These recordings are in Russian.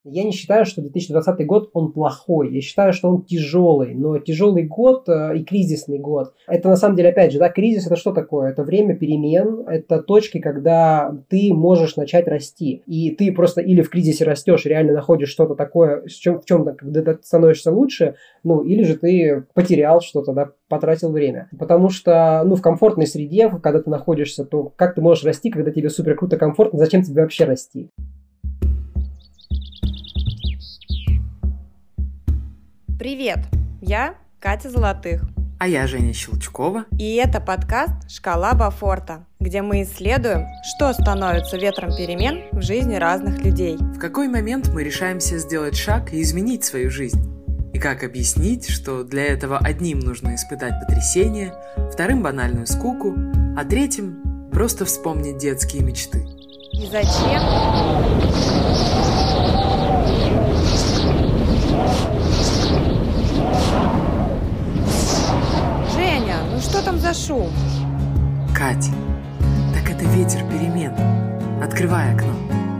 Я не считаю, что 2020 год, он плохой. Я считаю, что он тяжелый. Но тяжелый год и кризисный год. Это на самом деле, опять же, да, кризис это что такое? Это время перемен, это точки, когда ты можешь начать расти. И ты просто или в кризисе растешь, реально находишь что-то такое, в чем-то, когда ты становишься лучше, или же ты потерял что-то, да, потратил время. Потому что, в комфортной среде, когда ты находишься, то как ты можешь расти, когда тебе супер круто, комфортно, зачем тебе вообще расти? Привет, я Катя Золотых. А я Женя Щелчкова. И это подкаст «Шкала Бафорта», где мы исследуем, что становится ветром перемен в жизни разных людей. В какой момент мы решаемся сделать шаг и изменить свою жизнь? И как объяснить, что для этого одним нужно испытать потрясение, вторым банальную скуку, а третьим просто вспомнить детские мечты. И зачем? Женя, что там за шум? Кать, так это ветер перемен. Открывай окно.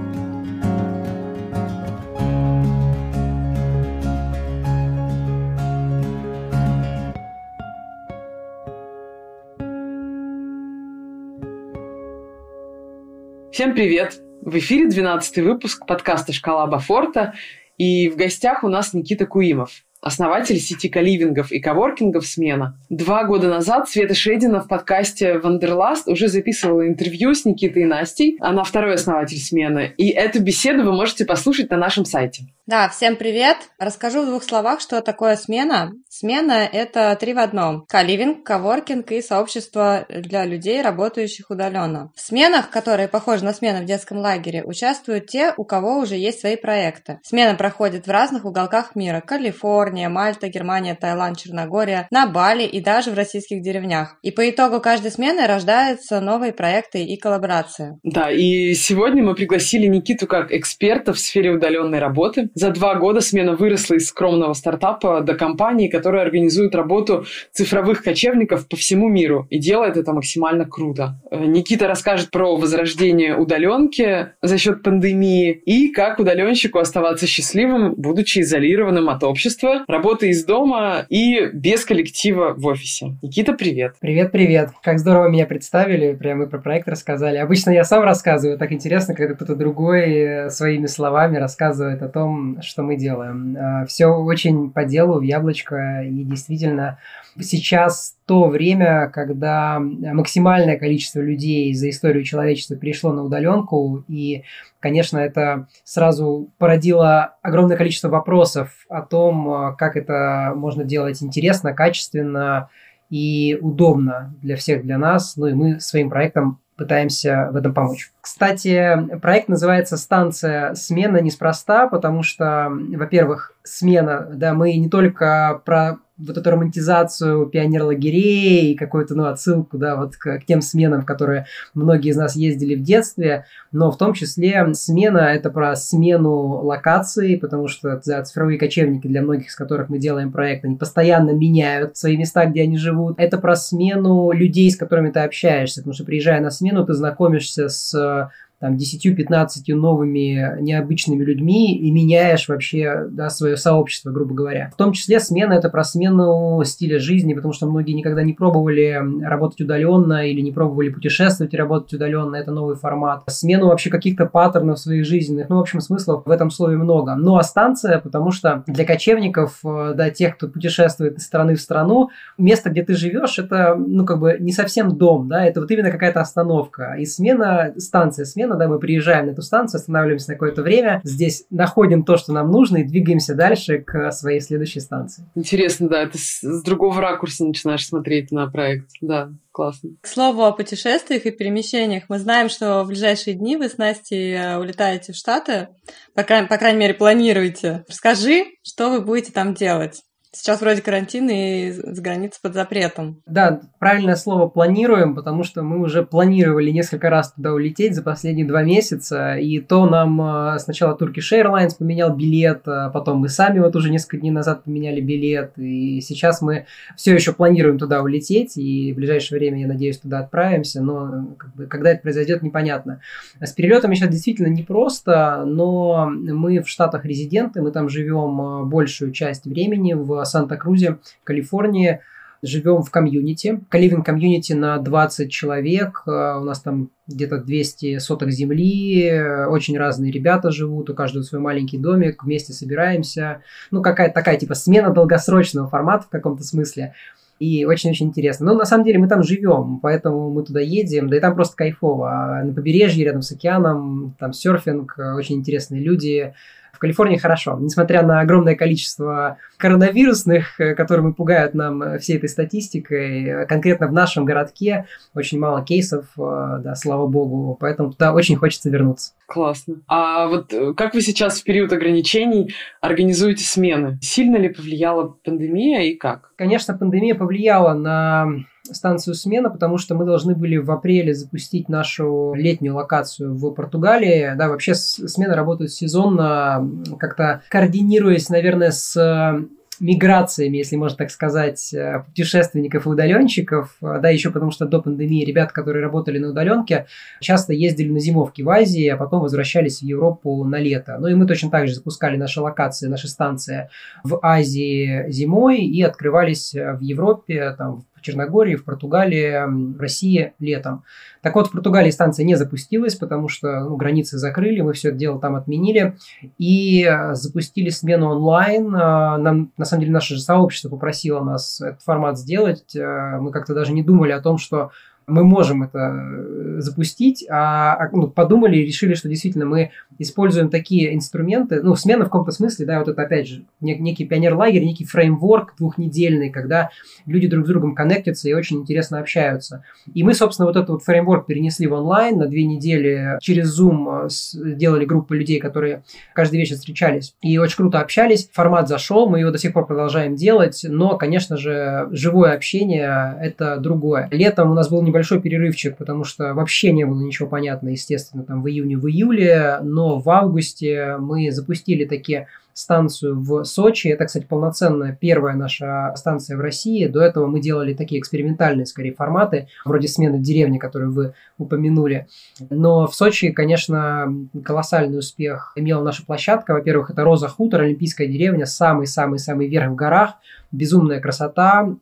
Всем привет! В эфире 12-й выпуск подкаста «Шкала Бафорта», и в гостях у нас Никита Куимов, основатель сети коливингов и коворкингов «Смена». 2 года назад Света Шедина в подкасте «Вандерласт» уже записывала интервью с Никитой и Настей. Она второй основатель «Смены». И эту беседу вы можете послушать на нашем сайте. Да, всем привет! Расскажу в 2 словах, что такое смена. Смена – это 3 в одном. Коливинг, коворкинг и сообщество для людей, работающих удаленно. В сменах, которые похожи на смены в детском лагере, участвуют те, у кого уже есть свои проекты. Смена проходит в разных уголках мира – Калифорния, Мальта, Германия, Таиланд, Черногория, на Бали и даже в российских деревнях. И по итогу каждой смены рождаются новые проекты и коллаборации. Да, и сегодня мы пригласили Никиту как эксперта в сфере удаленной работы. За 2 года «Смена» выросла из скромного стартапа до компании, которая организует работу цифровых кочевников по всему миру. И делает это максимально круто. Никита расскажет про возрождение удаленки за счет пандемии и как удаленщику оставаться счастливым, будучи изолированным от общества, работая из дома и без коллектива в офисе. Никита, привет. Привет. Как здорово меня представили, прямо и про проект рассказали. Обычно я сам рассказываю, так интересно, когда кто-то другой своими словами рассказывает о том, что мы делаем. Все очень по делу, в яблочко, и действительно сейчас то время, когда максимальное количество людей за историю человечества перешло на удаленку, и, конечно, это сразу породило огромное количество вопросов о том, как это можно делать интересно, качественно и удобно для всех, для нас. И мы своим проектом пытаемся в этом помочь. Кстати, проект называется «Станция Смена» неспроста, потому что, во-первых, смена, да, мы не только про вот эту романтизацию пионерлагерей и какую-то, отсылку, да, вот к тем сменам, в которые многие из нас ездили в детстве, но в том числе смена – это про смену локации, потому что цифровые кочевники, для многих из которых мы делаем проект, они постоянно меняют свои места, где они живут. Это про смену людей, с которыми ты общаешься, потому что, приезжая на смену, ты знакомишься с 10-15 новыми необычными людьми и меняешь вообще, да, свое сообщество, грубо говоря. В том числе смена – это про смену стиля жизни, потому что многие никогда не пробовали работать удаленно или не пробовали путешествовать и работать удаленно. Это новый формат. Смену вообще каких-то паттернов своих жизненных. В общем, смыслов в этом слове много. Ну, а станция, потому что для кочевников, да, тех, кто путешествует из страны в страну, место, где ты живешь, это, не совсем дом, да, это вот именно какая-то остановка. И смена, станция, смена, да, мы приезжаем на эту станцию, останавливаемся на какое-то время, здесь находим то, что нам нужно, и двигаемся дальше к своей следующей станции. Интересно, да, ты с другого ракурса начинаешь смотреть на проект. Да, классно. К слову о путешествиях и перемещениях, мы знаем, что в ближайшие дни вы с Настей улетаете в Штаты, по крайней мере, планируете. Расскажи, что вы будете там делать. Сейчас вроде карантин и с границ под запретом. Да, правильное слово «планируем», потому что мы уже планировали несколько раз туда улететь за последние 2 месяца, и то нам сначала Turkish Airlines поменял билет, а потом мы сами вот уже несколько дней назад поменяли билет, и сейчас мы все еще планируем туда улететь, и в ближайшее время, я надеюсь, туда отправимся, но когда это произойдет, непонятно. С перелетами сейчас действительно непросто, но мы в Штатах резиденты, мы там живем большую часть времени в Санта-Крузе, Калифорнии. Живем в комьюнити. Каливинг комьюнити на 20 человек. У нас там где-то 200 соток земли. Очень разные ребята живут. У каждого свой маленький домик. Вместе собираемся. Ну, какая-то такая типа смена долгосрочного формата в каком-то смысле. И очень-очень интересно. Но на самом деле мы там живем, поэтому мы туда едем. Да и там просто кайфово. На побережье, рядом с океаном, там серфинг, очень интересные люди. В Калифорнии хорошо. Несмотря на огромное количество коронавирусных, которые пугают нам всей этой статистикой, конкретно в нашем городке очень мало кейсов, да, слава богу, поэтому туда очень хочется вернуться. Классно. А вот как вы сейчас в период ограничений организуете смены? Сильно ли повлияла пандемия и как? Конечно, пандемия повлияла на станцию смена, потому что мы должны были в апреле запустить нашу летнюю локацию в Португалии. Да, вообще смены работают сезонно, как-то координируясь, наверное, с миграциями, если можно так сказать, путешественников и удаленщиков, да, еще потому что до пандемии ребята, которые работали на удаленке, часто ездили на зимовки в Азии, а потом возвращались в Европу на лето. Ну и мы точно так же запускали наши локации, наши станции в Азии зимой и открывались в Европе, там, в Черногории, в Португалии, в России летом. Так вот, в Португалии станция не запустилась, потому что границы закрыли, мы все это дело там отменили и запустили смену онлайн. Нам, на самом деле, наше же сообщество попросило нас этот формат сделать. Мы как-то даже не думали о том, что мы можем это запустить, подумали и решили, что действительно мы используем такие инструменты, смена в каком-то смысле, да, вот это опять же некий пионер-лагерь, некий фреймворк двухнедельный, когда люди друг с другом коннектятся и очень интересно общаются. И мы, собственно, вот этот вот фреймворк перенесли в онлайн на 2 недели, через Zoom делали группу людей, которые каждый вечер встречались и очень круто общались. Формат зашел, мы его до сих пор продолжаем делать, но, конечно же, живое общение – это другое. Летом у нас был небольшой перерывчик, потому что вообще не было ничего понятно, естественно, там в июне, в июле, но в августе мы запустили такие станцию в Сочи. Это, кстати, полноценная первая наша станция в России. До этого мы делали такие экспериментальные, скорее, форматы, вроде смены деревни, которую вы упомянули. Но в Сочи, конечно, колоссальный успех имела наша площадка. Во-первых, это Роза Хутор, олимпийская деревня, самый-самый-самый верх в горах, безумная красота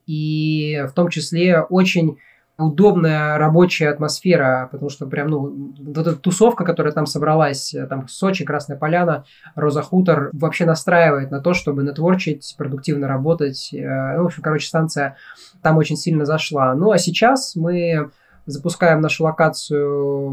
и в том числе очень удобная рабочая атмосфера, потому что прям, вот эта тусовка, которая там собралась, там Сочи, Красная Поляна, Роза Хутор, вообще настраивает на то, чтобы нетворчить, продуктивно работать. В общем, станция там очень сильно зашла. Ну, а сейчас мы запускаем нашу локацию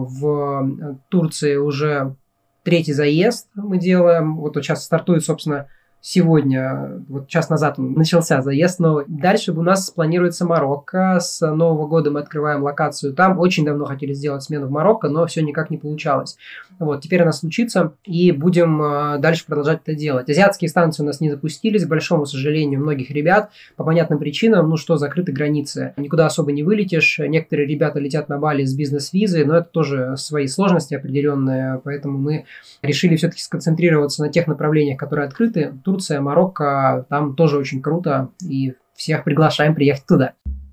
в Турции уже 3-й заезд мы делаем. Вот сейчас стартует, собственно, сегодня, вот час назад начался заезд новый. Дальше у нас планируется Марокко. С Нового года мы открываем локацию там. Очень давно хотели сделать смену в Марокко, но все никак не получалось. Вот, теперь она случится, и будем дальше продолжать это делать. Азиатские станции у нас не запустились, к большому сожалению, многих ребят. По понятным причинам, закрыты границы. Никуда особо не вылетишь. Некоторые ребята летят на Бали с бизнес-визой, но это тоже свои сложности определенные, поэтому мы решили все-таки сконцентрироваться на тех направлениях, которые открыты. Турция, Марокко, там тоже очень круто, и всех приглашаем приехать туда.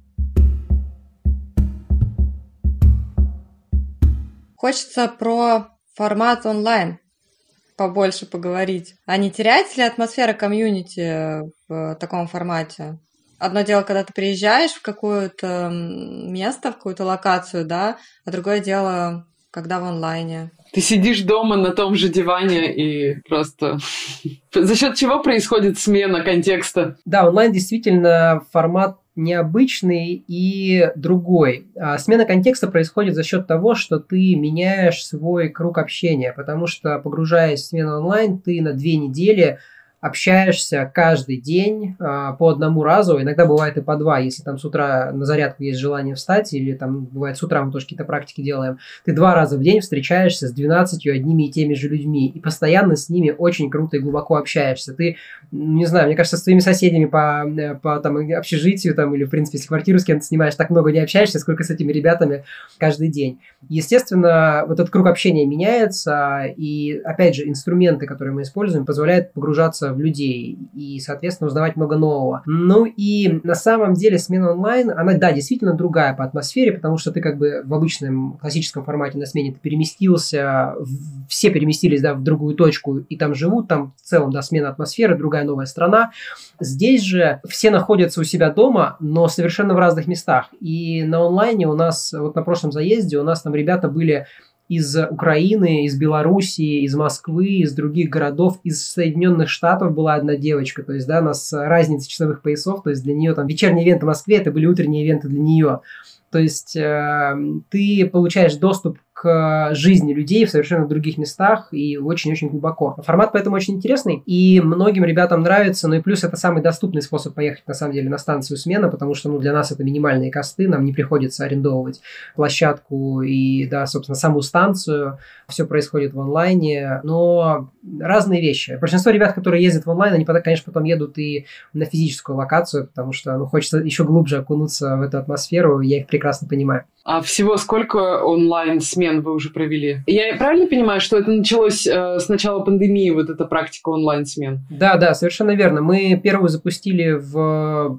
Хочется про формат онлайн побольше поговорить. А не теряется ли атмосфера комьюнити в таком формате? Одно дело, когда ты приезжаешь в какое-то место, в какую-то локацию, да, а другое дело, когда в онлайне. Ты сидишь дома на том же диване и просто... За счет чего происходит смена контекста? Да, онлайн действительно формат необычный и другой. Смена контекста происходит за счет того, что ты меняешь свой круг общения, потому что, погружаясь в смену онлайн, ты на 2 недели общаешься каждый день по одному разу, иногда бывает и по два, если там с утра на зарядку есть желание встать, или там бывает с утра мы тоже какие-то практики делаем, ты 2 раза в день встречаешься с 12 одними и теми же людьми, и постоянно с ними очень круто и глубоко общаешься. Ты, не знаю, мне кажется, с твоими соседями по там, общежитию, там, или, в принципе, если квартиру с кем-то снимаешь, так много не общаешься, сколько с этими ребятами каждый день. Естественно, вот этот круг общения меняется, и, опять же, инструменты, которые мы используем, позволяют погружаться в людей и, соответственно, узнавать много нового. Ну и на самом деле смена онлайн, она, да, действительно другая по атмосфере, потому что ты как бы в обычном классическом формате на смене ты переместился, все переместились, да, в другую точку и там живут, там в целом, да, смена атмосферы, другая новая страна. Здесь же все находятся у себя дома, но совершенно в разных местах. И на онлайне у нас, вот на прошлом заезде у нас там ребята были из Украины, из Белоруссии, из Москвы, из других городов, из Соединенных Штатов была одна девочка, то есть, да, у нас разница часовых поясов, то есть для нее там вечерние ивенты в Москве, это были утренние ивенты для нее. То есть ты получаешь доступ к жизни людей в совершенно других местах и очень-очень глубоко. Формат поэтому очень интересный, и многим ребятам нравится, ну и плюс это самый доступный способ поехать, на самом деле, на станцию смена, потому что, ну, для нас это минимальные косты, нам не приходится арендовывать площадку и, да, собственно, саму станцию, все происходит в онлайне, но разные вещи. Большинство ребят, которые ездят в онлайн, они, конечно, потом едут и на физическую локацию, потому что, ну, хочется еще глубже окунуться в эту атмосферу, я их прекрасно понимаю. А всего сколько онлайн-смен вы уже провели? Я правильно понимаю, что это началось с начала пандемии, вот эта практика онлайн-смен? Да, совершенно верно. Мы первую запустили в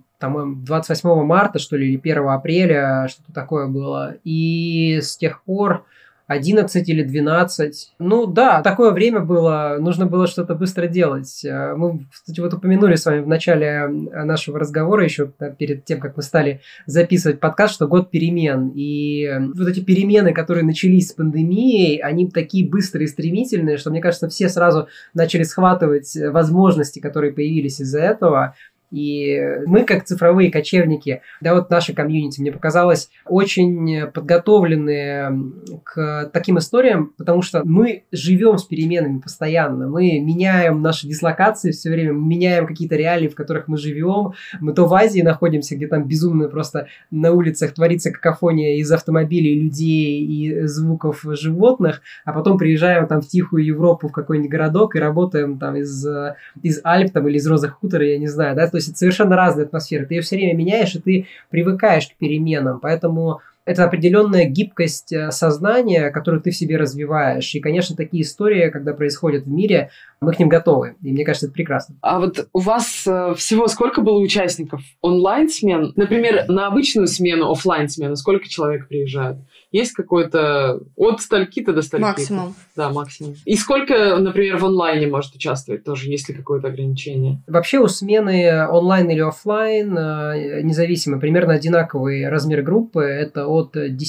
28 марта, что ли, или 1 апреля, что-то такое было. И с тех пор 11 или 12. Ну да, такое время было, нужно было что-то быстро делать. Мы, кстати, вот упомянули с вами в начале нашего разговора, еще перед тем, как мы стали записывать подкаст, что год перемен. И вот эти перемены, которые начались с пандемией, они такие быстрые и стремительные, что, мне кажется, все сразу начали схватывать возможности, которые появились из-за этого. И мы, как цифровые кочевники, да, вот наша комьюнити, мне показалось, очень подготовленные к таким историям, потому что мы живем с переменами постоянно, мы меняем наши дислокации все время, мы меняем какие-то реалии, в которых мы живем, мы то в Азии находимся, где там безумно просто на улицах творится какофония из автомобилей, людей и звуков животных, а потом приезжаем там в тихую Европу, в какой-нибудь городок и работаем там из Альп там, или из Розы Хутора, я не знаю, да, то есть это совершенно разные атмосферы. Ты ее все время меняешь, и ты привыкаешь к переменам. Поэтому это определенная гибкость сознания, которую ты в себе развиваешь. И, конечно, такие истории, когда происходят в мире, мы к ним готовы. И мне кажется, это прекрасно. А вот у вас всего сколько было участников онлайн-смен? Например, на обычную смену, офлайн-смену, сколько человек приезжают? Есть какой-то от стольки-то до стольки? Максимум. Да, максимум. И сколько, например, в онлайне может участвовать? Тоже есть ли какое-то ограничение? Вообще у смены онлайн или офлайн независимо, примерно одинаковый размер группы. Это от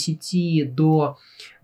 10 до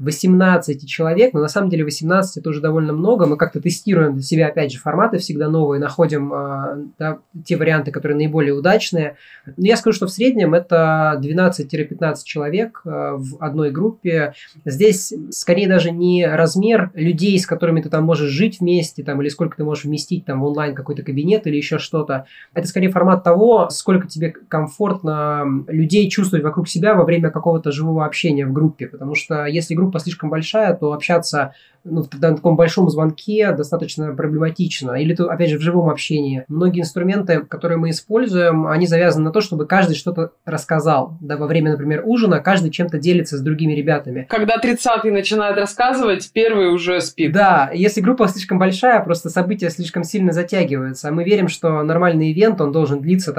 18 человек, но на самом деле 18 это уже довольно много. Мы как-то тестируем для себя, опять же, форматы всегда новые, находим те варианты, которые наиболее удачные. Но я скажу, что в среднем это 12-15 человек в одной группе. Здесь скорее даже не размер людей, с которыми ты там можешь жить вместе, там, или сколько ты можешь вместить там, в онлайн какой-то кабинет или еще что-то. Это скорее формат того, сколько тебе комфортно людей чувствовать вокруг себя во время какого-то живого общения в группе. Потому что если группа слишком большая, то общаться на таком большом звонке достаточно проблематично. Или, опять же, в живом общении. Многие инструменты, которые мы используем, они завязаны на то, чтобы каждый что-то рассказал. Да, во время, например, ужина каждый чем-то делится с другими ребятами. Когда 30-й начинает рассказывать, первый уже спит. Да, если группа слишком большая, просто события слишком сильно затягиваются. А мы верим, что нормальный ивент, он должен длиться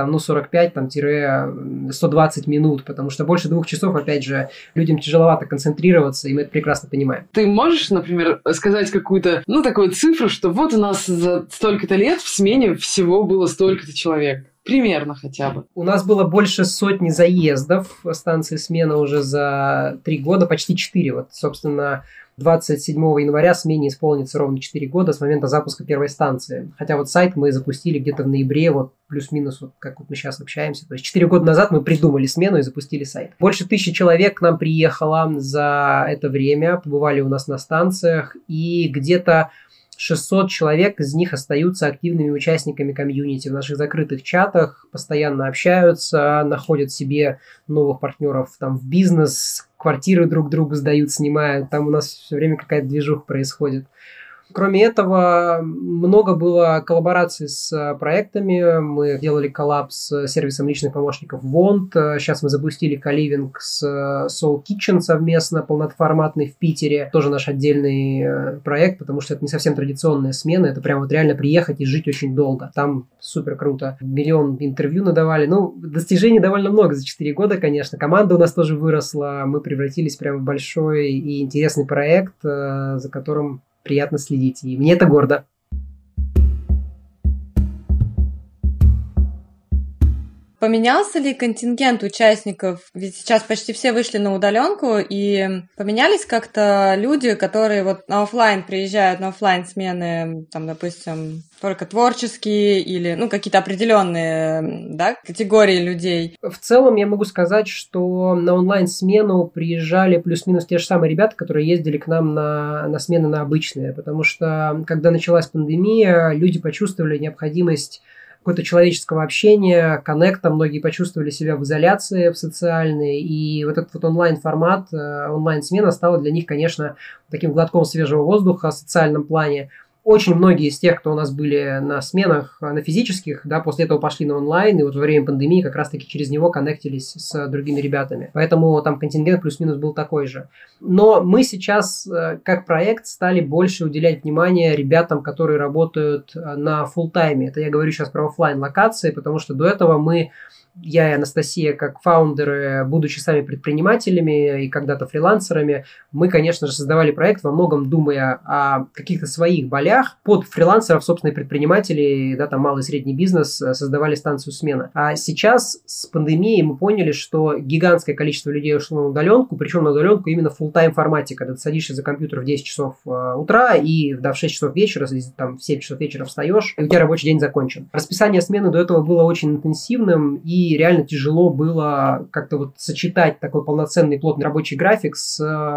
45-120 минут, потому что больше 2 часов, опять же, людям тяжеловато концентрироваться, и мы это прекрасно понимаем. Ты можешь, например, сказать какую-то, такую цифру, что вот у нас за столько-то лет в смене всего было столько-то человек? Примерно хотя бы. У нас было больше 100 заездов в станции смена уже за 3 года, почти 4. Вот, собственно, 27 января смене исполнится ровно 4 года с момента запуска первой станции. Хотя вот сайт мы запустили где-то в ноябре, вот плюс-минус, вот как вот мы сейчас общаемся. То есть 4 года назад мы придумали смену и запустили сайт. Больше 1000 человек к нам приехало за это время, побывали у нас на станциях, и где-то 600 человек из них остаются активными участниками комьюнити в наших закрытых чатах, постоянно общаются, находят себе новых партнеров там в бизнес, квартиры друг другу сдают, снимают, там у нас все время какая-то движуха происходит. Кроме этого, много было коллабораций с проектами. Мы делали коллаб с сервисом личных помощников Want. Сейчас мы запустили коливинг с Soul Kitchen совместно, полноформатный в Питере. Тоже наш отдельный проект, потому что это не совсем традиционная смена. Это прям вот реально приехать и жить очень долго. Там супер круто. 1 миллион интервью надавали. Ну, достижений довольно много за 4 года, конечно. Команда у нас тоже выросла. Мы превратились прямо в большой и интересный проект, за которым приятно следить, и мне это гордо. Поменялся ли контингент участников? Ведь сейчас почти все вышли на удаленку, и поменялись как-то люди, которые вот на офлайн приезжают, на офлайн смены, там, допустим, только творческие или, ну, какие-то определенные, да, категории людей. В целом я могу сказать, что на онлайн-смену приезжали плюс-минус те же самые ребята, которые ездили к нам на смены на обычные, потому что, когда началась пандемия, люди почувствовали необходимость какого-то человеческого общения, коннекта, многие почувствовали себя в изоляции, в социальной, и вот этот вот онлайн-формат, онлайн-смена стала для них, конечно, таким глотком свежего воздуха в социальном плане. Очень многие из тех, кто у нас были на сменах, на физических, да, после этого пошли на онлайн, и вот во время пандемии как раз-таки через него коннектились с другими ребятами. Поэтому там контингент плюс-минус был такой же. Но мы сейчас, как проект, стали больше уделять внимание ребятам, которые работают на фулл-тайме. Это я говорю сейчас про офлайн локации, потому что до этого я и Анастасия, как фаундеры, будучи сами предпринимателями и когда-то фрилансерами, мы, конечно же, создавали проект во многом думая о каких-то своих болях. Под фрилансеров, собственно, и предпринимателей, да, там малый и средний бизнес создавали станцию смена. А сейчас с пандемией мы поняли, что гигантское количество людей ушло на удаленку, причем на удаленку именно в фулл-тайм формате, когда ты садишься за компьютер в 10 часов утра и в 6 часов вечера, там, в 7 часов вечера встаешь, и у тебя рабочий день закончен. Расписание смены до этого было очень интенсивным, и реально тяжело было как-то вот сочетать такой полноценный плотный рабочий график с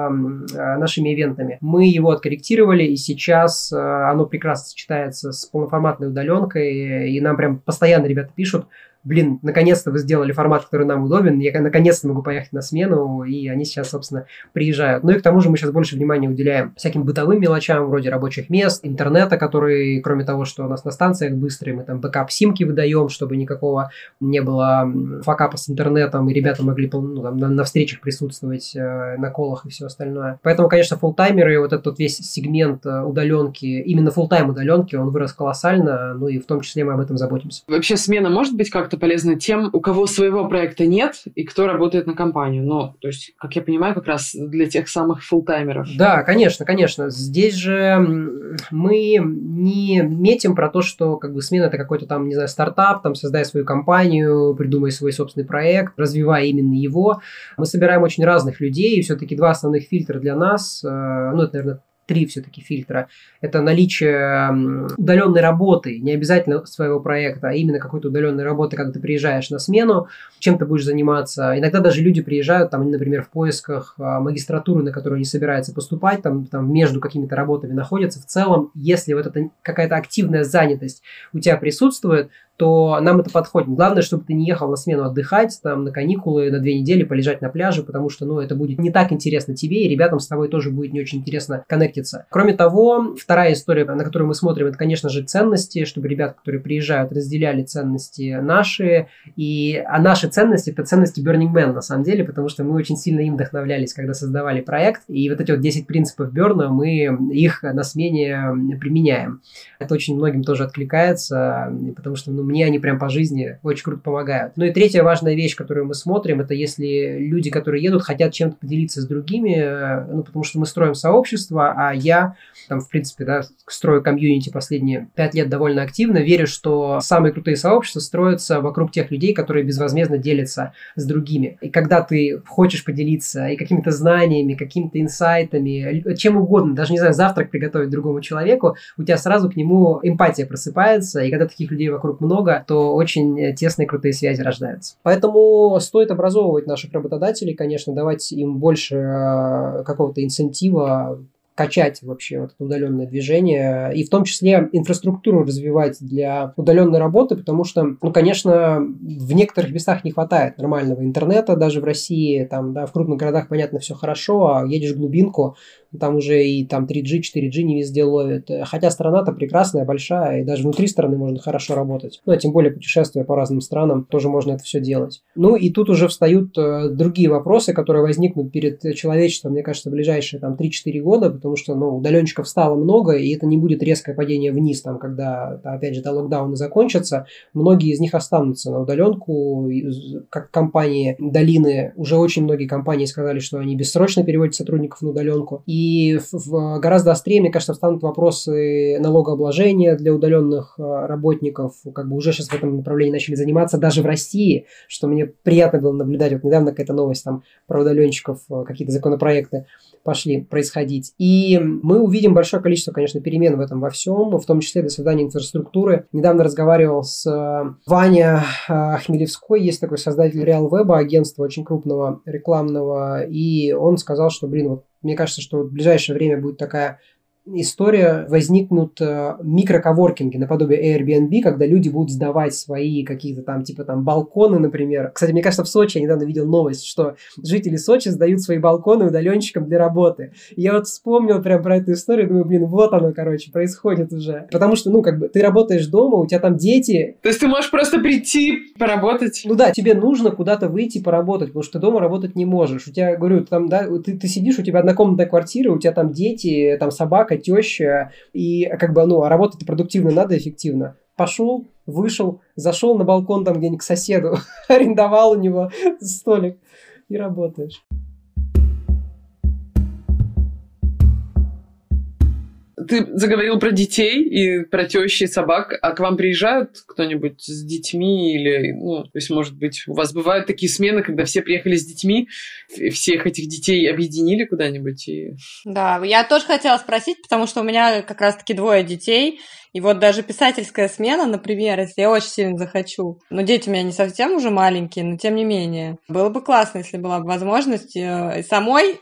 нашими ивентами. Мы его откорректировали, и сейчас оно прекрасно сочетается с полноформатной удаленкой, и нам прям постоянно ребята пишут: блин, наконец-то вы сделали формат, который нам удобен, я наконец-то могу поехать на смену, и они сейчас, собственно, приезжают. Ну и к тому же мы сейчас больше внимания уделяем всяким бытовым мелочам, вроде рабочих мест, интернета, который, кроме того, что у нас на станциях быстрый, мы там бэкап-симки выдаем, чтобы никакого не было факапа с интернетом, и ребята могли там, на встречах присутствовать, на колах и все остальное. Поэтому, конечно, фуллтаймеры, вот этот весь сегмент удаленки, именно фуллтайм удаленки, он вырос колоссально, ну и в том числе мы об этом заботимся. Вообще смена может быть как-то полезно тем, у кого своего проекта нет и кто работает на компанию. Но, то есть, как я понимаю, как раз для тех самых фуллтаймеров. Да, конечно, конечно. Здесь же мы не метим про то, что как бы смена — это какой-то там, не знаю, стартап, там, создай свою компанию, придумай свой собственный проект, развивай именно его. Мы собираем очень разных людей, и все-таки 2 основных фильтра для нас, ну, это, наверное, 3 все-таки фильтра. Это наличие удаленной работы, не обязательно своего проекта, а именно какой-то удаленной работы, когда ты приезжаешь на смену, чем ты будешь заниматься. Иногда даже люди приезжают, там, например, в поисках магистратуры, на которую они собираются поступать, там между какими-то работами находятся. В целом, если вот эта какая-то активная занятость у тебя присутствует, то нам это подходит. Главное, чтобы ты не ехал на смену отдыхать, там, на каникулы, на 2 недели полежать на пляже, потому что, ну, это будет не так интересно тебе, и ребятам с тобой тоже будет не очень интересно коннектиться. Кроме того, вторая история, на которую мы смотрим, это, конечно же, ценности, чтобы ребята, которые приезжают, разделяли ценности наши, а наши ценности — это ценности Burning Man, на самом деле, потому что мы очень сильно им вдохновлялись, когда создавали проект, и вот эти вот 10 принципов Берна, мы их на смене применяем. Это очень многим тоже откликается, потому что, ну, мне они прям по жизни очень круто помогают. Ну и третья важная вещь, которую мы смотрим, это если люди, которые едут, хотят чем-то поделиться с другими, ну, потому что мы строим сообщество, а я там, в принципе, да, строю комьюнити последние 5 лет довольно активно, верю, что самые крутые сообщества строятся вокруг тех людей, которые безвозмездно делятся с другими. И когда ты хочешь поделиться и какими-то знаниями, какими-то инсайтами, чем угодно, даже, не знаю, завтрак приготовить другому человеку, у тебя сразу к нему эмпатия просыпается, и когда таких людей вокруг много, то очень тесные крутые связи рождаются. Поэтому стоит образовывать наших работодателей, конечно, давать им больше какого-то инцентива, качать вообще вот это удаленное движение, и в том числе инфраструктуру развивать для удаленной работы, потому что, ну, конечно, в некоторых местах не хватает нормального интернета, даже в России, там, да, в крупных городах, понятно, все хорошо, а едешь в глубинку, там уже и там 3G, 4G не везде ловят. Хотя страна-то прекрасная, большая, и даже внутри страны можно хорошо работать. Ну, а тем более путешествуя по разным странам, тоже можно это все делать. Ну, и тут уже встают другие вопросы, которые возникнут перед человечеством, мне кажется, в ближайшие там 3-4 года, потому что, ну, удаленщиков стало много, и это не будет резкое падение вниз, там, когда, опять же, локдауны закончатся. Многие из них останутся на удаленку, как компании Долины. Уже очень многие компании сказали, что они бессрочно переводят сотрудников на удаленку. И гораздо острее, мне кажется, встанут вопросы налогообложения для удаленных работников. Как бы уже сейчас в этом направлении начали заниматься даже в России, что мне приятно было наблюдать. Вот недавно какая-то новость там про удаленщиков, какие-то законопроекты пошли происходить. И мы увидим большое количество, конечно, перемен в этом во всем, в том числе до создания инфраструктуры. Недавно разговаривал с Ваней Хмелевской, есть такой создатель RealWeb, агентства очень крупного рекламного, и он сказал, что, вот мне кажется, что в ближайшее время будет такая история, возникнут микроковоркинги наподобие Airbnb, когда люди будут сдавать свои какие-то там, типа там балконы, например. Кстати, мне кажется, в Сочи я недавно видел новость, что жители Сочи сдают свои балконы удаленщикам для работы. И я вот вспомнил прям про эту историю, думаю, вот оно, короче, происходит уже. Потому что, ну, как бы, ты работаешь дома, у тебя там дети. То есть ты можешь просто прийти поработать? Ну да, тебе нужно куда-то выйти поработать, потому что ты дома работать не можешь. У тебя, говорю, там, да, ты сидишь, у тебя однокомнатная квартира, у тебя там дети, там собака, теща, и как бы, ну, а работать-то продуктивно надо, эффективно. Пошел, вышел, зашел на балкон там где-нибудь к соседу, арендовал у него столик и работаешь. Ты заговорил про детей и про тещи и собак, а к вам приезжают кто-нибудь с детьми или, ну, то есть, может быть, у вас бывают такие смены, когда все приехали с детьми, всех этих детей объединили куда-нибудь? Да, я тоже хотела спросить, потому что у меня как раз-таки 2 детей, и вот даже писательская смена, например, если я очень сильно захочу, но дети у меня не совсем уже маленькие, но тем не менее, было бы классно, если была бы возможность самой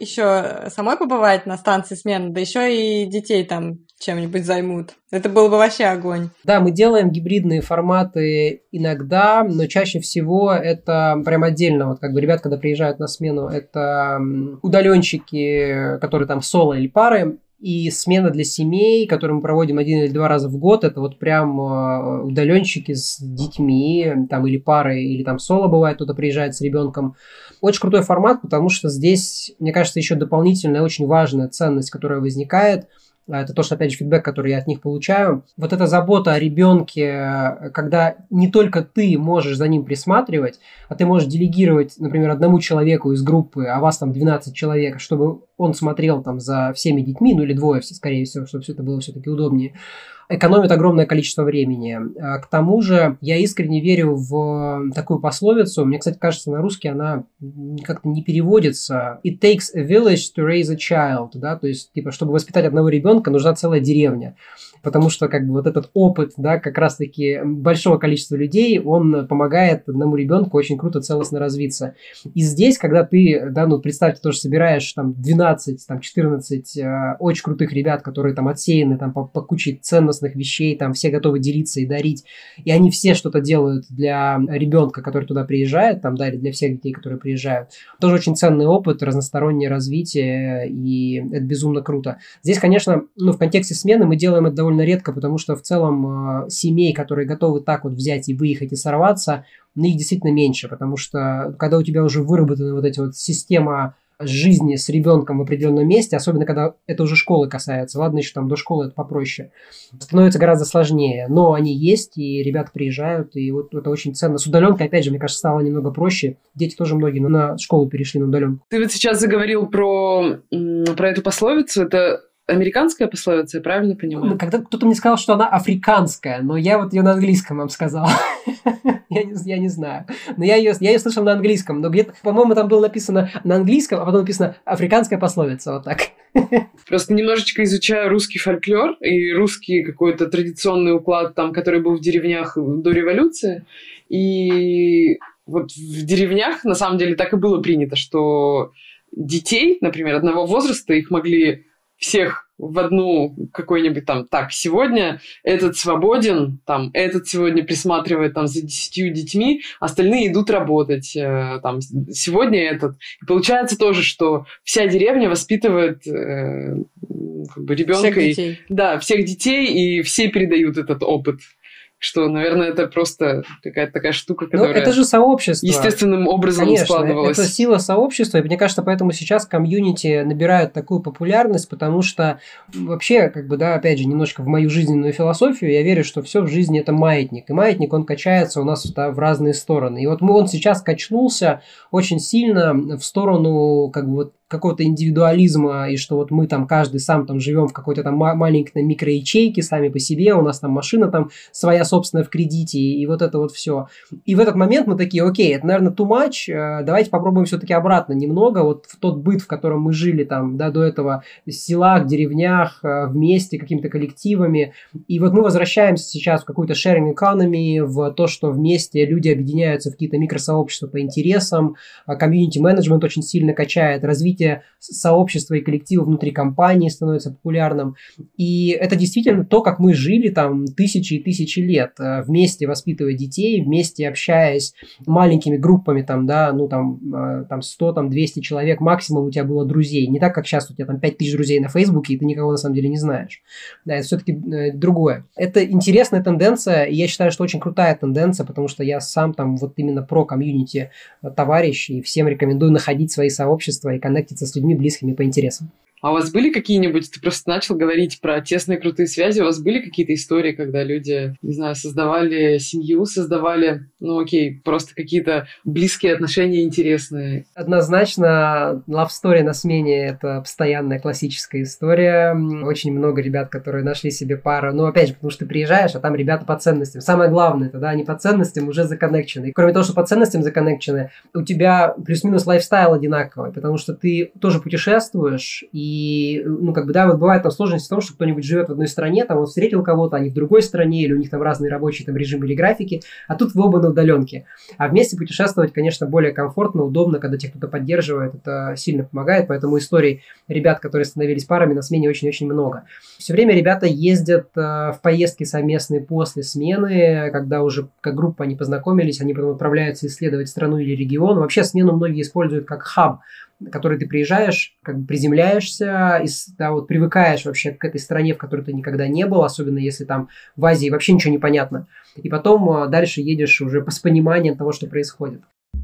побывать на станции смены, да еще и детей там чем-нибудь займут. Это был бы вообще огонь. Да, мы делаем гибридные форматы иногда, но чаще всего это прям отдельно. Вот как бы ребят, когда приезжают на смену, это удаленщики, которые там соло или пары, и смена для семей, которую мы проводим 1 или 2 раза в год, это вот прям удаленщики с детьми, там или пары, или там соло бывает, кто-то приезжает с ребенком. Очень крутой формат, потому что здесь, мне кажется, еще дополнительная очень важная ценность, которая возникает. Это то, что, опять же, фидбэк, который я от них получаю. Вот эта забота о ребенке, когда не только ты можешь за ним присматривать, а ты можешь делегировать, например, одному человеку из группы, а вас там 12 человек, чтобы он смотрел там за всеми детьми, ну или 2, скорее всего, чтобы все это было все-таки удобнее, экономит огромное количество времени. К тому же я искренне верю в такую пословицу. Мне, кстати, кажется, на русский она как-то не переводится. It takes a village to raise a child. Да? То есть, типа, чтобы воспитать одного ребенка, нужна целая деревня. Потому что, как бы, вот этот опыт, да, как раз-таки большого количества людей, он помогает одному ребенку очень круто целостно развиться. И здесь, когда ты, да, ну, представьте, тоже собираешь там 12, там 14 очень крутых ребят, которые там отсеяны там по куче ценностных вещей, там все готовы делиться и дарить, и они все что-то делают для ребенка, который туда приезжает, там, да, или для всех детей, которые приезжают. Тоже очень ценный опыт, разностороннее развитие, и это безумно круто. Здесь, конечно, ну, в контексте смены мы делаем это довольно редко, потому что в целом семей, которые готовы так вот взять и выехать и сорваться, их действительно меньше, потому что когда у тебя уже выработана вот эта вот система жизни с ребенком в определенном месте, особенно когда это уже школы касается, ладно, еще там до школы это попроще, становится гораздо сложнее, но они есть, и ребята приезжают, и вот это очень ценно. С удаленкой, опять же, мне кажется, стало немного проще, дети тоже многие на школу перешли на удаленку. Ты вот сейчас заговорил про эту пословицу, это американская пословица, я правильно понимаю? Когда кто-то мне сказал, что она африканская, но я вот ее на английском вам сказал. Я не знаю. Но я ее слышал на английском. Но где-то, по-моему, там было написано на английском, а потом написано африканская пословица. Вот так. Просто немножечко изучаю русский фольклор и русский какой-то традиционный уклад, там, который был в деревнях до революции. И вот в деревнях, на самом деле, так и было принято, что детей, например, одного возраста, их могли всех в одну какой-нибудь там, так, сегодня этот свободен, там, этот сегодня присматривает там за 10 детьми, остальные идут работать, там, сегодня этот. И получается тоже, что вся деревня воспитывает как бы ребенка. Всех детей. Да, всех детей, и все передают этот опыт. Что, наверное, это просто какая-то такая штука, которая... Ну, это же сообщество. Естественным образом Конечно, складывалась. это сила сообщества, и мне кажется, поэтому сейчас комьюнити набирают такую популярность, потому что вообще, как бы, да, опять же, немножко в мою жизненную философию, я верю, что все в жизни это маятник, и маятник, он качается у нас в разные стороны. И вот он сейчас качнулся очень сильно в сторону, как бы, вот какого-то индивидуализма, и что вот мы там каждый сам там живем в какой-то там маленькой микроячейке сами по себе, у нас там машина там своя собственная в кредите, и вот это вот все. И в этот момент мы такие, окей, это, наверное, too much, давайте попробуем все-таки обратно немного, вот в тот быт, в котором мы жили там, да, до этого в селах, деревнях, вместе, какими-то коллективами, и вот мы возвращаемся сейчас в какую-то sharing economy, в то, что вместе люди объединяются в какие-то микросообщества по интересам, комьюнити-менеджмент очень сильно качает, развитие сообщества и коллектива внутри компании становится популярным. И это действительно то, как мы жили там тысячи и тысячи лет, вместе воспитывая детей, вместе общаясь маленькими группами, там, да, ну там 100, там 200 человек максимум у тебя было друзей. Не так, как сейчас у тебя там 5000 друзей на Фейсбуке, и ты никого на самом деле не знаешь. Да, это все-таки другое. Это интересная тенденция, и я считаю, что очень крутая тенденция, потому что я сам там вот именно про комьюнити товарищ, и всем рекомендую находить свои сообщества и коннектиться с людьми, близкими по интересам. А у вас были какие-нибудь, ты просто начал говорить про тесные крутые связи, у вас были какие-то истории, когда люди, не знаю, создавали семью, создавали, ну окей, просто какие-то близкие отношения интересные? Однозначно, love story на смене – это постоянная классическая история. Очень много ребят, которые нашли себе пару. Ну, опять же, потому что ты приезжаешь, а там ребята по ценностям. Самое главное, это, да, они по ценностям уже законнекчены. И кроме того, что по ценностям законнекчены, у тебя плюс-минус лайфстайл одинаковый, потому что ты тоже путешествуешь, и, ну, как бы, да, вот бывает там сложность в том, что кто-нибудь живет в одной стране, там он встретил кого-то, они в другой стране, или у них там разные рабочие там режимы или графики, а тут вы оба на удаленке. А вместе путешествовать, конечно, более комфортно, удобно, когда тебя кто-то поддерживает, это сильно помогает, поэтому историй ребят, которые становились парами, на смене очень-очень много. Все время ребята ездят в поездки совместные после смены, когда уже как группа они познакомились, они потом отправляются исследовать страну или регион. Вообще смену многие используют как хаб, который ты приезжаешь, как бы приземляешься, и, да, вот привыкаешь вообще к этой стране, в которой ты никогда не был, особенно если там в Азии вообще ничего не понятно. И потом дальше едешь уже с пониманием того, что происходит.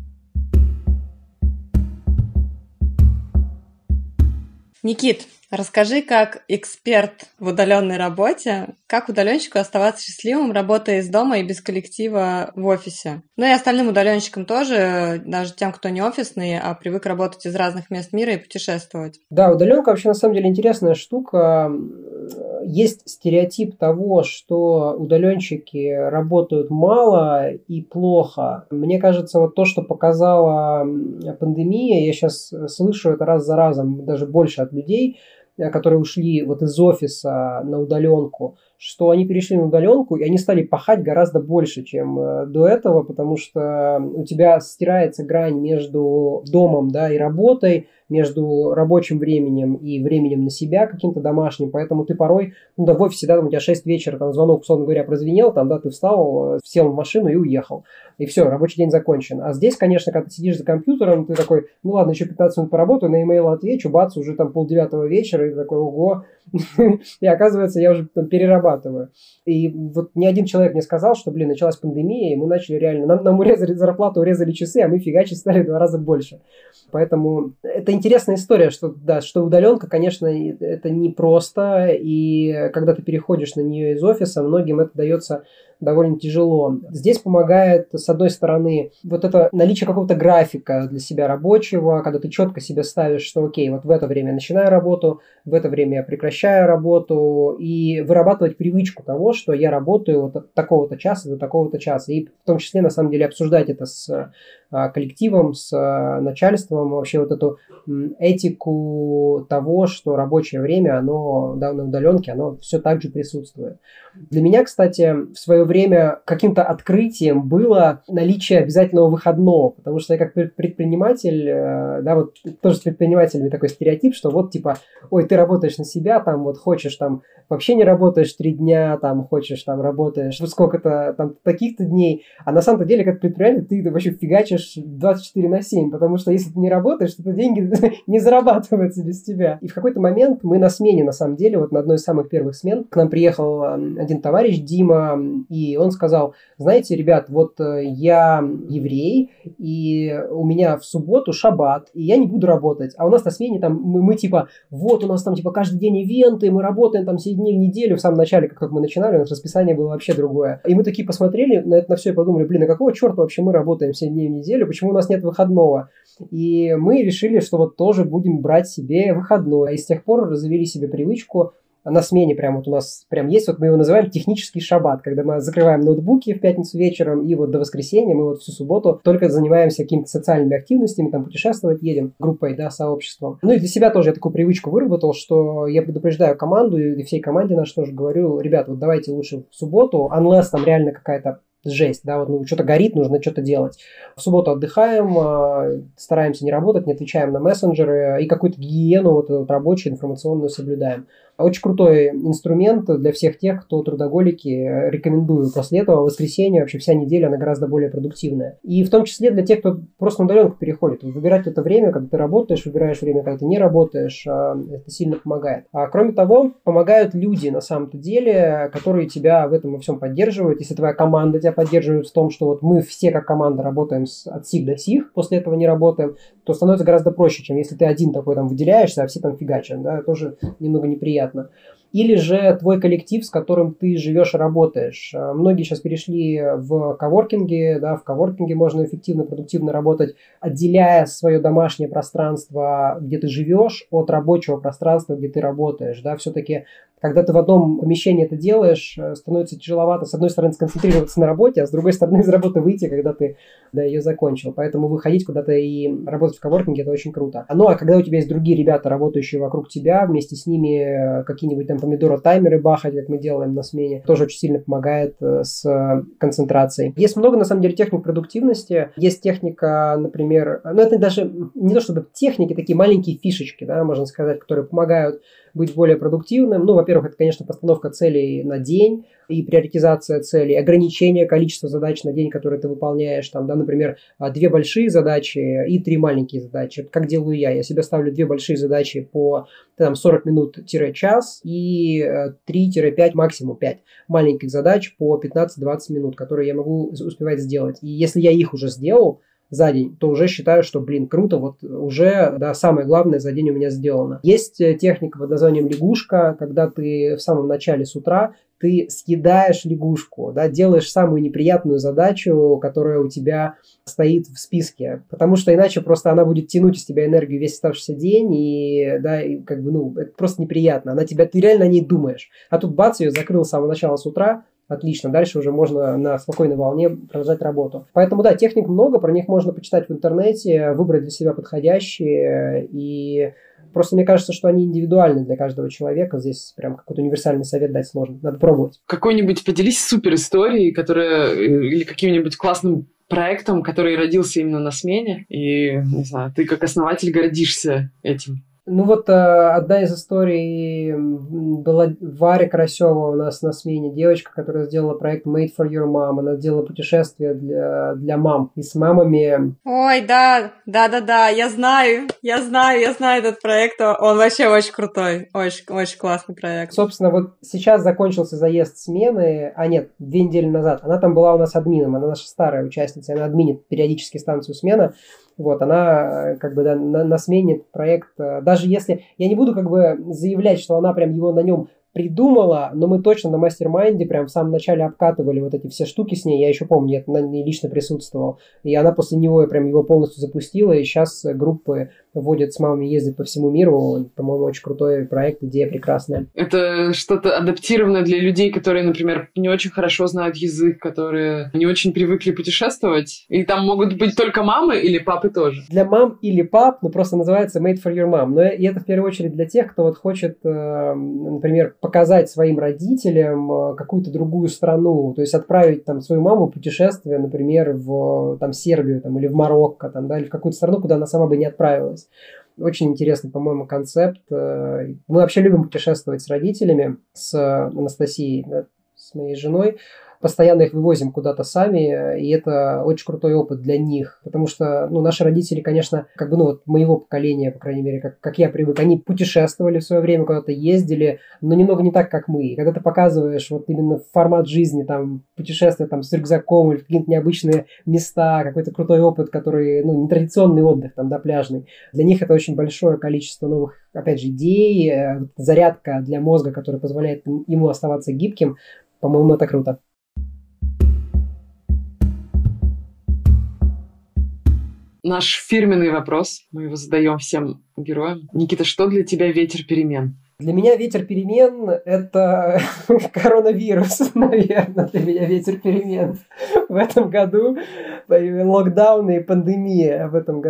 Никит, расскажи, как эксперт в удаленной работе, как удаленщику оставаться счастливым, работая из дома и без коллектива в офисе. Ну и остальным удаленщикам тоже, даже тем, кто не офисный, а привык работать из разных мест мира и путешествовать. Да, удаленка вообще на самом деле интересная штука. Есть стереотип того, что удаленщики работают мало и плохо. Мне кажется, вот то, что показала пандемия, я сейчас слышу это раз за разом, даже больше от людей, которые ушли вот из офиса на удаленку, что они перешли на удаленку, и они стали пахать гораздо больше, чем до этого, потому что у тебя стирается грань между домом, да, и работой, между рабочим временем и временем на себя каким-то домашним, поэтому ты порой, ну да, в офисе, да, у тебя 6 вечера, там звонок, условно говоря, прозвенел, там, да, ты встал, сел в машину и уехал, и все, рабочий день закончен. А здесь, конечно, когда ты сидишь за компьютером, ты такой, ну ладно, еще 15 минут поработаю, на имейл отвечу, бац, уже там 8:30 вечера, и ты такой, ого, и оказывается, я уже там перерабатываю. И вот ни один человек мне сказал, что, блин, началась пандемия, и мы начали реально, нам урезали зарплату, урезали часы, а мы фигачить стали в 2 раза больше. Поэтому это интересная история, что, да, что удаленка, конечно, это непросто, и когда ты переходишь на нее из офиса, многим это дается довольно тяжело. Здесь помогает, с одной стороны, вот это наличие какого-то графика для себя рабочего, когда ты четко себе ставишь, что окей, вот в это время я начинаю работу, в это время я прекращаю работу, и вырабатывать привычку того, что я работаю вот от такого-то часа до такого-то часа, и в том числе, на самом деле, обсуждать это с коллективом, с начальством, вообще вот эту этику того, что рабочее время, оно, да, на удаленке, оно все так же присутствует. Для меня, кстати, в свое время каким-то открытием было наличие обязательного выходного, потому что я как предприниматель, да, вот тоже с предпринимателями такой стереотип, что вот типа, ой, ты работаешь на себя, там вот хочешь там вообще не работаешь 3 дня, там хочешь там работаешь вот сколько-то там таких-то дней, а на самом-то деле как предприниматель ты вообще фигачишь 24/7, потому что если ты не работаешь, то деньги не зарабатываются без тебя. И в какой-то момент мы на смене, на самом деле, вот на одной из самых первых смен, к нам приехал один товарищ, Дима, и он сказал, знаете, ребят, вот я еврей, и у меня в субботу шаббат, и я не буду работать. А у нас на смене там мы типа, вот у нас там типа каждый день ивенты, мы работаем там 7 дней в неделю. В самом начале, как мы начинали, у нас расписание было вообще другое. И мы такие посмотрели на это на все и подумали, блин, а какого черта вообще мы работаем 7 дней в неделю, почему у нас нет выходного? И мы решили, что вот тоже будем брать себе выходной. И с тех пор завели себе привычку на смене прям вот у нас прям есть, вот мы его называем технический шаббат, когда мы закрываем ноутбуки в пятницу вечером, и вот до воскресенья мы вот всю субботу только занимаемся какими-то социальными активностями, там путешествовать едем группой, да, сообществом. Ну и для себя тоже я такую привычку выработал, что я предупреждаю команду, и всей команде нашей тоже говорю, ребят, вот давайте лучше в субботу, unless там реально какая-то жесть, да, вот ну, что-то горит, нужно что-то делать. В субботу отдыхаем, стараемся не работать, не отвечаем на мессенджеры и какую-то гигиену вот рабочую, информационную соблюдаем. Очень крутой инструмент для всех тех, кто трудоголики. Рекомендую после этого. Воскресенье, вообще вся неделя, она гораздо более продуктивная. И в том числе для тех, кто просто на удаленку переходит. Выбирать это время, когда ты работаешь, выбираешь время, когда ты не работаешь. Это сильно помогает. А кроме того, помогают люди на самом-то деле, которые тебя в этом во всем поддерживают. Если твоя команда тебя поддерживает в том, что вот мы все как команда работаем от сих до сих, после этого не работаем, то становится гораздо проще, чем если ты один такой там выделяешься, а все там фигачат. Да? Тоже немного неприятно. Или же твой коллектив, с которым ты живешь и работаешь. Многие сейчас перешли в коворкинги, да, в коворкинге можно эффективно, продуктивно работать, отделяя свое домашнее пространство, где ты живешь, от рабочего пространства, где ты работаешь. Да. Все-таки, когда ты в одном помещении это делаешь, становится тяжеловато, с одной стороны, сконцентрироваться на работе, а с другой стороны, из работы выйти, когда ты ее закончил. Поэтому выходить куда-то и работать в коворкинге – это очень круто. Ну, а когда у тебя есть другие ребята, работающие вокруг тебя, вместе с ними какие-нибудь там помидоро-таймеры бахать, как мы делаем на смене, тоже очень сильно помогает с концентрацией. Есть много, на самом деле, техник продуктивности. Есть техника, например, ну, это даже не то чтобы техники, такие маленькие фишечки, да, можно сказать, которые помогают быть более продуктивным. Ну, во-первых, это, конечно, постановка целей на день и приоритизация целей, ограничение количества задач на день, которые ты выполняешь. Там, да, например, 2 большие задачи и 3 маленькие задачи. Как делаю я? Я себе ставлю 2 большие задачи по там, 40 минут-час и 3-5, максимум 5 маленьких задач по 15-20 минут, которые я могу успевать сделать. И если я их уже сделал за день, то уже считаю, что, блин, круто, вот уже, да, самое главное за день у меня сделано. Есть техника под названием лягушка, когда ты в самом начале с утра ты съедаешь лягушку, да, делаешь самую неприятную задачу, которая у тебя стоит в списке, потому что иначе просто она будет тянуть из тебя энергию весь оставшийся день, и, да, и как бы, ну, это просто неприятно, ты реально о ней думаешь, а тут бац, ее закрыл с самого начала с утра, отлично, дальше уже можно на спокойной волне продолжать работу. Поэтому, да, техник много, про них можно почитать в интернете, выбрать для себя подходящие, и просто мне кажется, что они индивидуальны для каждого человека, здесь прям какой-то универсальный совет дать сложно, надо пробовать. Какой-нибудь поделись супер историей, которая, или каким-нибудь классным проектом, который родился именно на смене, и, не знаю, ты как основатель гордишься этим. Ну вот одна из историй была Варя Карасева у нас на смене, девочка, которая сделала проект Made for Your Mom. Она сделала путешествие для мам и с мамами. Ой, да, я знаю этот проект, он вообще очень крутой, очень классный проект. Собственно, вот сейчас закончился заезд смены, 2 недели назад, она там была у нас админом, она наша старая участница, она админит периодически станцию смена. Вот, она как бы да, на смене проект, даже если, я не буду как бы заявлять, что она прям его на нем придумала, но мы точно на мастер-майнде прям в самом начале обкатывали вот эти все штуки с ней, я еще помню, я на ней лично присутствовал, и она после него прям его полностью запустила, и сейчас группы водят с мамами, ездят по всему миру, по-моему, очень крутой проект, идея прекрасная. Это что-то адаптированное для людей, которые, например, не очень хорошо знают язык, которые не очень привыкли путешествовать, и там могут быть только мамы или папы тоже? Для мам или пап, просто называется Made for Your Mom, но и это в первую очередь для тех, кто вот хочет, например, как показать своим родителям какую-то другую страну, то есть отправить там свою маму в путешествие, например, в там, Сербию там, или в Марокко, там, да, или в какую-то страну, куда она сама бы не отправилась. Очень интересный, по-моему, концепт. Мы вообще любим путешествовать с родителями, с Анастасией, да, с моей женой. Постоянно их вывозим куда-то сами, и это очень крутой опыт для них, потому что, ну, наши родители, конечно, как бы, ну, вот моего поколения, по крайней мере, как я привык, они путешествовали в свое время, куда-то ездили, но немного не так, как мы. И когда ты показываешь вот именно формат жизни, там, путешествия там с рюкзаком или в какие-то необычные места, какой-то крутой опыт, который, ну, нетрадиционный отдых, там, да, пляжный, для них это очень большое количество новых, опять же, идей, зарядка для мозга, которая позволяет ему оставаться гибким. По-моему, это круто. Наш фирменный вопрос, мы его задаем всем героям. Никита, что для тебя ветер перемен? Для меня ветер перемен – это коронавирус, наверное, для меня ветер перемен в этом году. Локдаун и пандемия в этом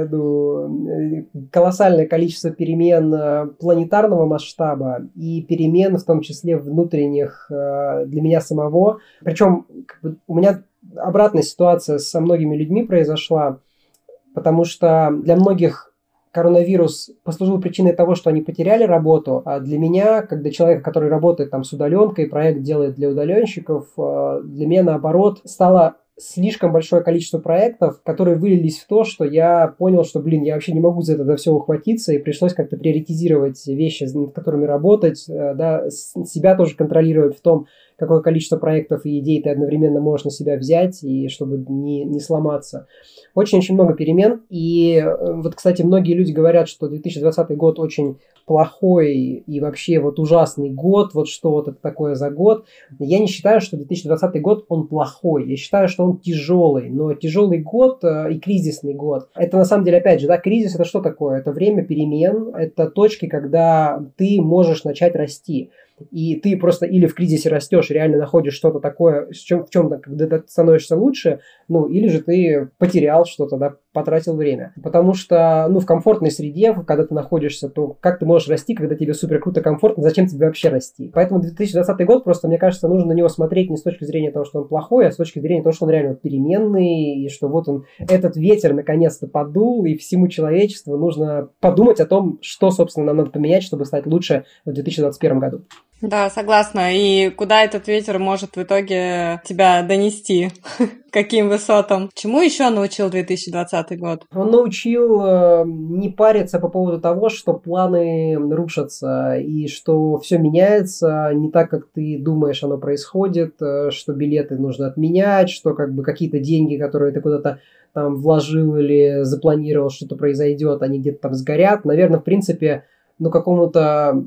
году. Колоссальное количество перемен планетарного масштаба и перемен, в том числе внутренних, для меня самого. Причем у меня обратная ситуация со многими людьми произошла, потому что для многих коронавирус послужил причиной того, что они потеряли работу, а для меня, когда человек, который работает там с удаленкой, проект делает для удаленщиков, для меня, наоборот, стало слишком большое количество проектов, которые вылились в то, что я понял, что, я вообще не могу за это все ухватиться, и пришлось как-то приоритизировать вещи, над которыми работать, да, себя тоже контролировать в том, какое количество проектов и идей ты одновременно можешь на себя взять, и чтобы не сломаться. Очень-очень много перемен. И вот, кстати, многие люди говорят, что 2020 год очень плохой и вообще вот ужасный год, вот что вот это такое за год. Я не считаю, что 2020 год, он плохой. Я считаю, что он тяжелый. Но тяжелый год и кризисный год, это на самом деле, опять же, да, кризис это что такое? Это время перемен, это точки, когда ты можешь начать расти. И ты просто или в кризисе растешь, реально находишь что-то такое, в чем-то, когда ты становишься лучше, ну, или же ты потерял что-то, да, потратил время. Потому что, ну, в комфортной среде, когда ты находишься, то как ты можешь расти, когда тебе супер круто, комфортно, зачем тебе вообще расти? Поэтому 2020 год просто, мне кажется, нужно на него смотреть не с точки зрения того, что он плохой, а с точки зрения того, что он реально переменный, и что вот он, этот ветер наконец-то подул, и всему человечеству нужно подумать о том, что, собственно, нам надо поменять, чтобы стать лучше в 2021 году. Да, согласна. И куда этот ветер может в итоге тебя донести? Каким высотам? Чему еще научил 2020 год? Он научил не париться по поводу того, что планы рушатся, и что все меняется не так, как ты думаешь, оно происходит, что билеты нужно отменять, что как бы какие-то деньги, которые ты куда-то там вложил или запланировал, что-то произойдет, они где-то там сгорят. Наверное, в принципе, ну, какому-то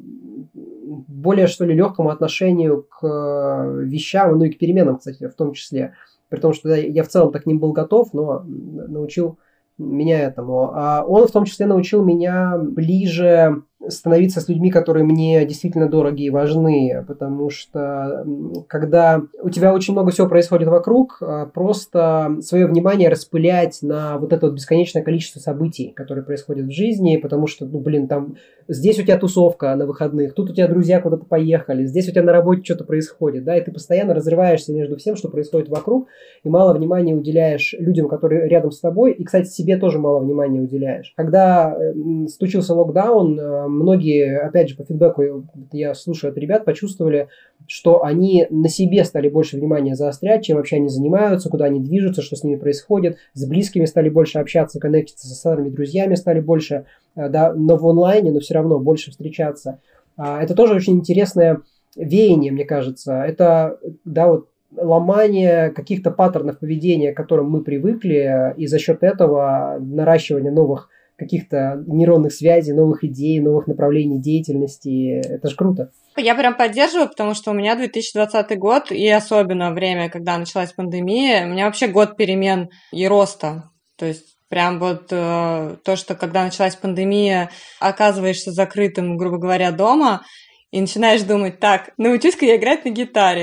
более, что ли, легкому отношению к вещам, ну и к переменам, кстати, в том числе. При том, что я в целом так к ним был готов, но научил меня этому. А он в том числе научил меня ближе становиться с людьми, которые мне действительно дороги и важны, потому что когда у тебя очень много всего происходит вокруг, просто свое внимание распылять на вот это вот бесконечное количество событий, которые происходят в жизни, потому что, там здесь у тебя тусовка на выходных, тут у тебя друзья куда-то поехали, здесь у тебя на работе что-то происходит, да, и ты постоянно разрываешься между всем, что происходит вокруг, и мало внимания уделяешь людям, которые рядом с тобой, и, кстати, себе тоже мало внимания уделяешь. Когда случился локдаун, многие, опять же, по фидбэку я слушаю от ребят, почувствовали, что они на себе стали больше внимания заострять, чем вообще они занимаются, куда они движутся, что с ними происходит, с близкими стали больше общаться, коннектиться со старыми друзьями стали больше, да, но в онлайне, но все равно больше встречаться. Это тоже очень интересное веяние, мне кажется. Это, да, вот ломание каких-то паттернов поведения, к которым мы привыкли, и за счет этого наращивание новых каких-то нейронных связей, новых идей, новых направлений деятельности. Это же круто. Я прям поддерживаю, потому что у меня 2020 год, и особенно время, когда началась пандемия, у меня вообще год перемен и роста. То есть прям вот то, что когда началась пандемия, оказываешься закрытым, грубо говоря, дома, и начинаешь думать, так, научусь-ка я играть на гитаре.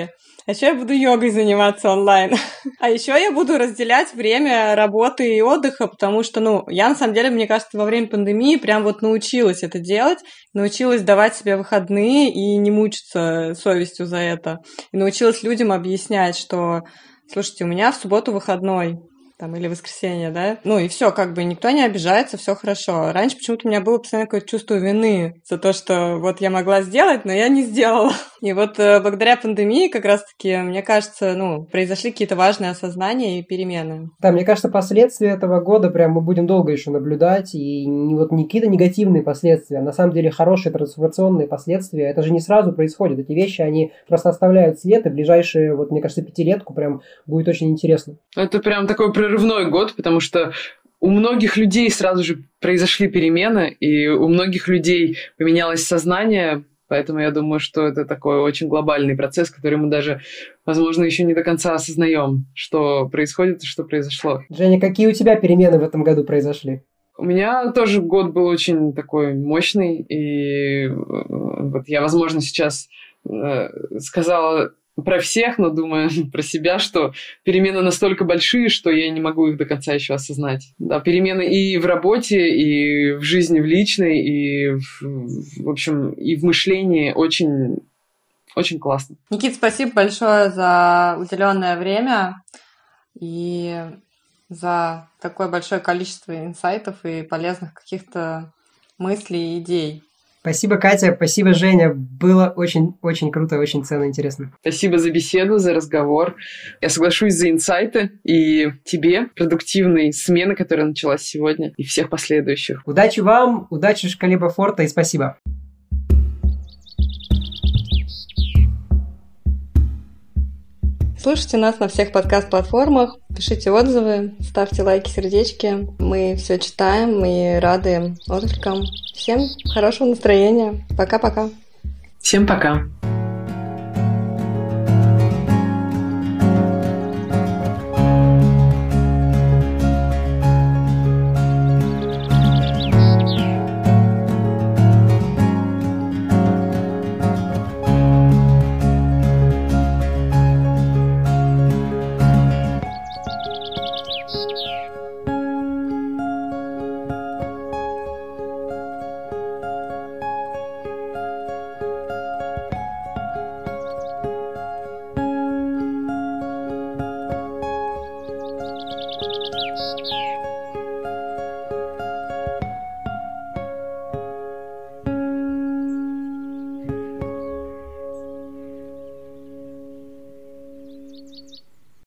А еще я буду йогой заниматься онлайн. А еще я буду разделять время работы и отдыха, потому что, я на самом деле, мне кажется, во время пандемии прям вот научилась это делать, научилась давать себе выходные и не мучиться совестью за это. И научилась людям объяснять, что, слушайте, у меня в субботу выходной. Или воскресенье, да? И все, никто не обижается, все хорошо. Раньше почему-то у меня было постоянно какое-то чувство вины за то, что вот я могла сделать, но я не сделала. И вот благодаря пандемии как раз-таки, мне кажется, произошли какие-то важные осознания и перемены. Да, мне кажется, последствия этого года прям мы будем долго еще наблюдать, и не какие-то негативные последствия, а на самом деле хорошие трансформационные последствия. Это же не сразу происходит. Эти вещи, они просто оставляют след, и ближайшие, мне кажется, 5-летку прям будет очень интересно. Это прям такой прорывной год, потому что у многих людей сразу же произошли перемены, и у многих людей поменялось сознание, поэтому я думаю, что это такой очень глобальный процесс, который мы даже, возможно, еще не до конца осознаем, что происходит и что произошло. Женя, какие у тебя перемены в этом году произошли? У меня тоже год был очень такой мощный, и вот я, возможно, сейчас сказала про всех, но думаю про себя, что перемены настолько большие, что я не могу их до конца еще осознать. Да, перемены и в работе, и в жизни в личной, и в общем, и в мышлении очень, очень классно. Никит, спасибо большое за уделенное время и за такое большое количество инсайтов и полезных каких-то мыслей и идей. Спасибо, Катя, спасибо, Женя. Было очень-очень круто, очень ценно, интересно. Спасибо за беседу, за разговор. Я соглашусь за инсайты. И тебе продуктивной смены, которая началась сегодня, и всех последующих. Удачи вам, удачи в шкале Бофорта и спасибо. Слушайте нас на всех подкаст-платформах, пишите отзывы, ставьте лайки, сердечки. Мы все читаем и рады откликам. Всем хорошего настроения. Пока-пока. Всем пока.